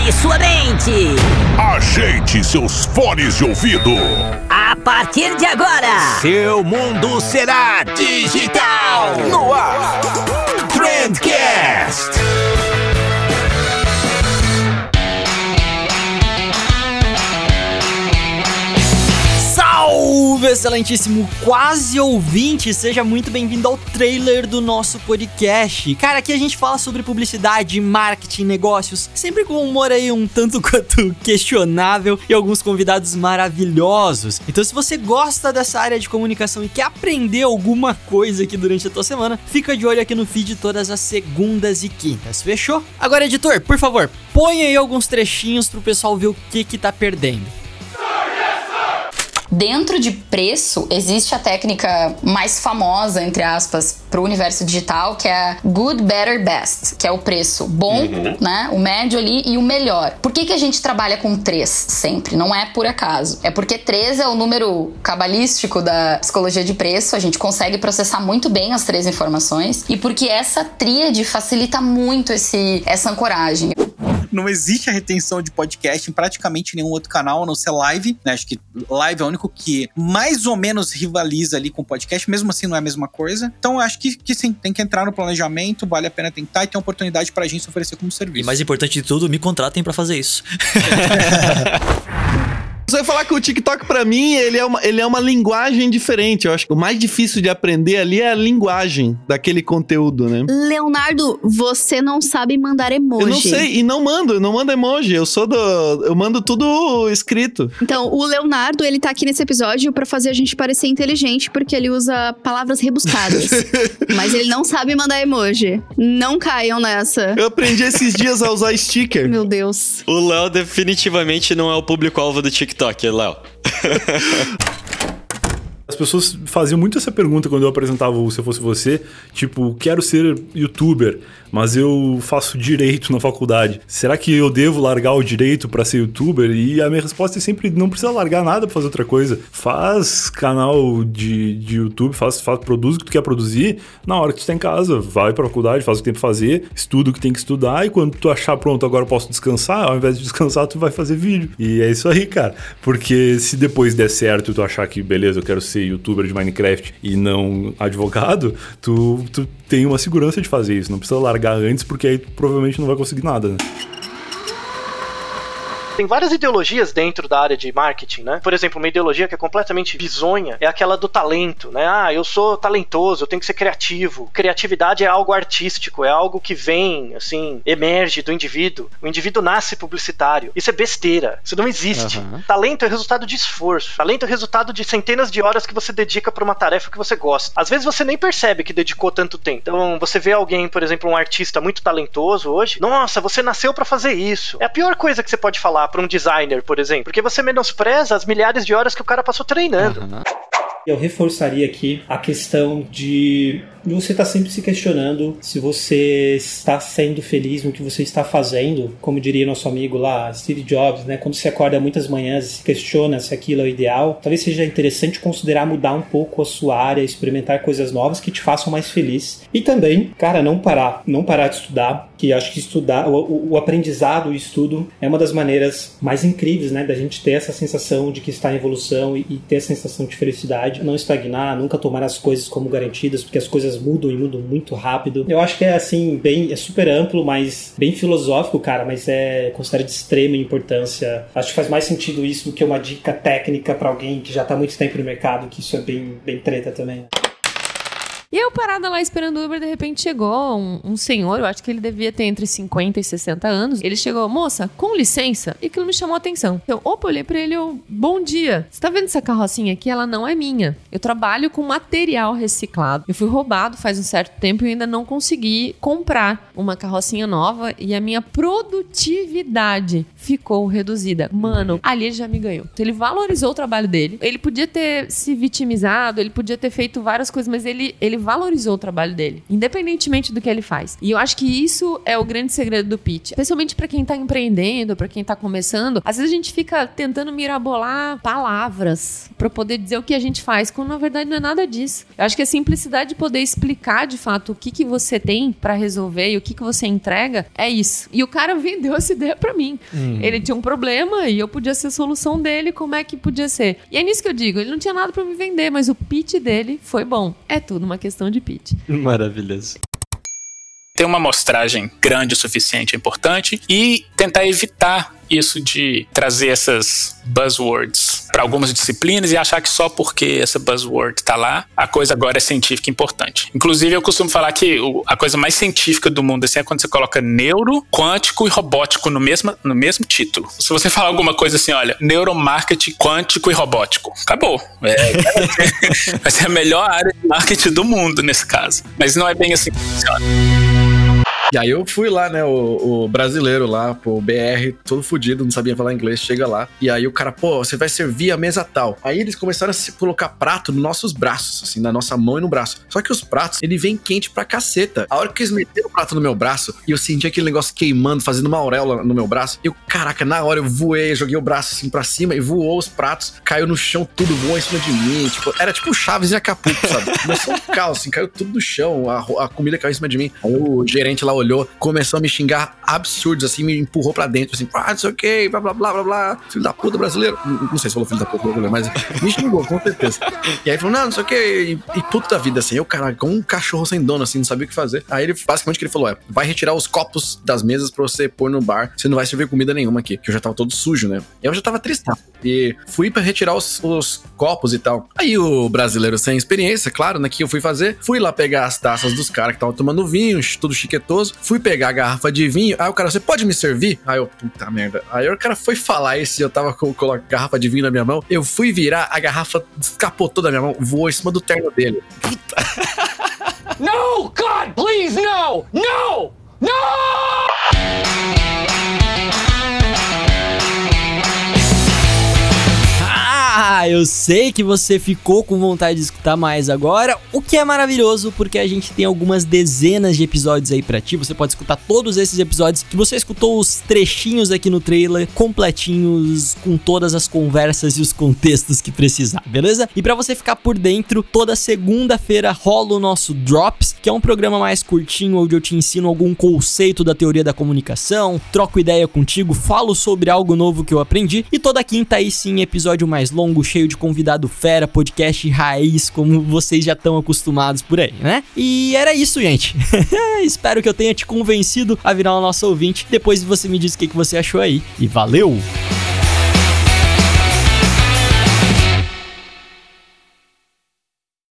Prepare sua mente. Ajeite seus fones de ouvido. A partir de agora, Seu mundo será digital. No ar, Trendcast. Salve, excelentíssimo quase ouvinte! Seja muito bem-vindo ao trailer do nosso podcast. Cara, aqui a gente fala sobre publicidade, marketing, negócios, sempre com um humor aí um tanto quanto questionável e alguns convidados maravilhosos. Então, se você gosta dessa área de comunicação e quer aprender alguma coisa aqui durante a tua semana, fica de olho aqui no feed todas as segundas e quintas, fechou? Agora, editor, por favor, põe aí alguns trechinhos pro pessoal ver o que tá perdendo. Dentro de preço, existe a técnica mais famosa, entre aspas, para o universo digital, que é a Good, Better, Best, que é o preço bom, né, o médio ali e o melhor. Por que a gente trabalha com 3 sempre? Não é por acaso. É porque 3 é o número cabalístico da psicologia de preço, a gente consegue processar muito bem as 3 informações e porque essa tríade facilita muito essa ancoragem. Não existe a retenção de podcast em praticamente nenhum outro canal, a não ser live, né? Acho que live é o único que mais ou menos rivaliza ali com o podcast, mesmo assim não é a mesma coisa. Então eu acho que sim, tem que entrar no planejamento, vale a pena tentar e ter uma oportunidade pra gente oferecer como serviço. E mais importante de tudo, me contratem pra fazer isso. Você vai falar que o TikTok, pra mim, ele é uma linguagem diferente. Eu acho que o mais difícil de aprender ali é a linguagem daquele conteúdo, né? Leonardo, você não sabe mandar emoji. Eu não sei, e não mando emoji. Eu mando tudo escrito. Então, o Leonardo, ele tá aqui nesse episódio pra fazer a gente parecer inteligente, porque ele usa palavras rebuscadas. Mas ele não sabe mandar emoji. Não caiam nessa. Eu aprendi esses dias a usar sticker. Meu Deus. O Léo definitivamente não é o público-alvo do TikTok, Léo. As pessoas faziam muito essa pergunta quando eu apresentava o Se Eu Fosse Você, tipo, quero ser youtuber, mas eu faço direito na faculdade. Será que eu devo largar o direito pra ser youtuber? E a minha resposta é sempre, não precisa largar nada pra fazer outra coisa. Faz canal de YouTube, produz o que tu quer produzir, na hora que tu tá em casa, vai pra faculdade, faz o que tem pra fazer, estuda o que tem que estudar, e quando tu achar pronto, agora eu posso descansar, ao invés de descansar, tu vai fazer vídeo. E é isso aí, cara. Porque se depois der certo, tu achar que, beleza, eu quero ser youtuber de Minecraft e não advogado, tu tem uma segurança de fazer isso. Não precisa largar antes, porque aí tu provavelmente não vai conseguir nada, né? Tem várias ideologias dentro da área de marketing, né? Por exemplo, uma ideologia que é completamente bizonha é aquela do talento, né? Eu sou talentoso, eu tenho que ser criativo. Criatividade é algo artístico, é algo que vem, assim, emerge do indivíduo. O indivíduo nasce publicitário. Isso é besteira, isso não existe. Talento é resultado de esforço. Talento é resultado de centenas de horas que você dedica para uma tarefa que você gosta. Às vezes você nem percebe que dedicou tanto tempo. Então, você vê alguém, por exemplo, um artista muito talentoso hoje, nossa, você nasceu para fazer isso. É a pior coisa que você pode falar para um designer, por exemplo, porque você menospreza as milhares de horas que o cara passou treinando. Eu reforçaria aqui a questão de você estar sempre se questionando se você está sendo feliz no que você está fazendo, como diria nosso amigo lá, Steve Jobs, né? Quando você acorda muitas manhãs e se questiona se aquilo é o ideal, talvez seja interessante considerar mudar um pouco a sua área, experimentar coisas novas que te façam mais feliz. E também, cara, não parar de estudar, que acho que estudar, o aprendizado, o estudo é uma das maneiras mais incríveis, né, da gente ter essa sensação de que está em evolução e ter a sensação de felicidade, não estagnar, nunca tomar as coisas como garantidas, porque as coisas mudam e mudam muito rápido. Eu acho que é assim, é super amplo, mas bem filosófico, cara, mas é considerado de extrema importância. Acho que faz mais sentido isso do que uma dica técnica para alguém que já tá há muito tempo no mercado, que isso é bem treta também. E eu parada lá esperando o Uber, de repente chegou um senhor, eu acho que ele devia ter entre 50 e 60 anos. Ele chegou, moça, com licença, e aquilo me chamou a atenção. Então, olhei pra ele, bom dia. Você tá vendo essa carrocinha aqui? Ela não é minha. Eu trabalho com material reciclado. Eu fui roubado faz um certo tempo e ainda não consegui comprar uma carrocinha nova e a minha produtividade ficou reduzida. Mano, ali ele já me ganhou. Então, ele valorizou o trabalho dele. Ele podia ter se vitimizado, ele podia ter feito várias coisas, mas ele valorizou o trabalho dele, independentemente do que ele faz. E eu acho que isso é o grande segredo do pitch. Especialmente pra quem tá empreendendo, pra quem tá começando. Às vezes a gente fica tentando mirabolar palavras pra poder dizer o que a gente faz, quando na verdade não é nada disso. Eu acho que a simplicidade de poder explicar de fato o que você tem pra resolver e o que você entrega é isso. E o cara vendeu essa ideia pra mim. Ele tinha um problema e eu podia ser a solução dele, como é que podia ser? E é nisso que eu digo, ele não tinha nada pra me vender, mas o pitch dele foi bom. É tudo uma questão de pitch. Maravilhoso. Ter uma amostragem grande o suficiente é importante e tentar evitar isso de trazer essas buzzwords para algumas disciplinas e achar que só porque essa buzzword tá lá, a coisa agora é científica e importante. Inclusive, eu costumo falar que a coisa mais científica do mundo assim, é quando você coloca neuro, quântico e robótico no mesmo título. Se você falar alguma coisa assim, olha, neuromarketing, quântico e robótico, acabou. Vai ser a melhor área de marketing do mundo nesse caso. Mas não é bem assim que funciona. E aí eu fui lá, né, o brasileiro lá, pô, o BR, todo fudido, não sabia falar inglês, chega lá. E aí o cara, pô, você vai servir a mesa tal. Aí eles começaram a se colocar prato nos nossos braços, assim, na nossa mão e no braço. Só que os pratos, ele vem quente pra caceta. A hora que eles meteram o prato no meu braço, e eu senti aquele negócio queimando, fazendo uma auréola no meu braço, eu, caraca, na hora eu voei, joguei o braço assim pra cima e voou os pratos, caiu no chão, tudo voou em cima de mim, tipo, era tipo Chaves e Acapulco, sabe? Começou um caos, assim, caiu tudo no chão, a comida caiu em cima de mim. Aí o gerente lá olhou, começou a me xingar absurdos, assim, me empurrou pra dentro, assim, não sei o que, blá, blá, blá, blá, blá, filho da puta brasileiro. Não sei se falou filho da puta brasileiro, mas me xingou, com certeza. E aí falou, não sei o que, e puto da vida, assim, eu, caralho, com um cachorro sem dono, assim, não sabia o que fazer. Aí ele, basicamente, o que ele falou vai retirar os copos das mesas pra você pôr no bar, você não vai servir comida nenhuma aqui, que eu já tava todo sujo, né? Eu já tava tristão. E fui pra retirar os copos e tal. Aí o brasileiro sem experiência, claro, né, que eu fui fazer, fui lá pegar as taças dos caras que estavam tomando vinho, tudo chiquetoso, fui pegar a garrafa de vinho, aí o cara, você pode me servir? Aí eu, puta merda. Aí o cara foi falar isso e eu tava com a garrafa de vinho na minha mão, eu fui virar, a garrafa escapotou da minha mão, voou em cima do terno dele. Puta. No, God, please, no! No! No! Ah, eu sei que você ficou com vontade de escutar mais agora, o que é maravilhoso, porque a gente tem algumas dezenas de episódios aí pra ti. Você pode escutar todos esses episódios que você escutou, os trechinhos aqui no trailer, completinhos, com todas as conversas e os contextos que precisar, beleza? E pra você ficar por dentro, toda segunda-feira rola o nosso Drops, que é um programa mais curtinho, onde eu te ensino algum conceito da teoria da comunicação, troco ideia contigo, falo sobre algo novo que eu aprendi, e toda quinta aí sim, episódio mais longo, cheio de convidado fera, podcast raiz, como vocês já estão acostumados por aí, né? E era isso, gente. Espero que eu tenha te convencido a virar o nosso ouvinte. Depois você me diz o que você achou aí. E valeu!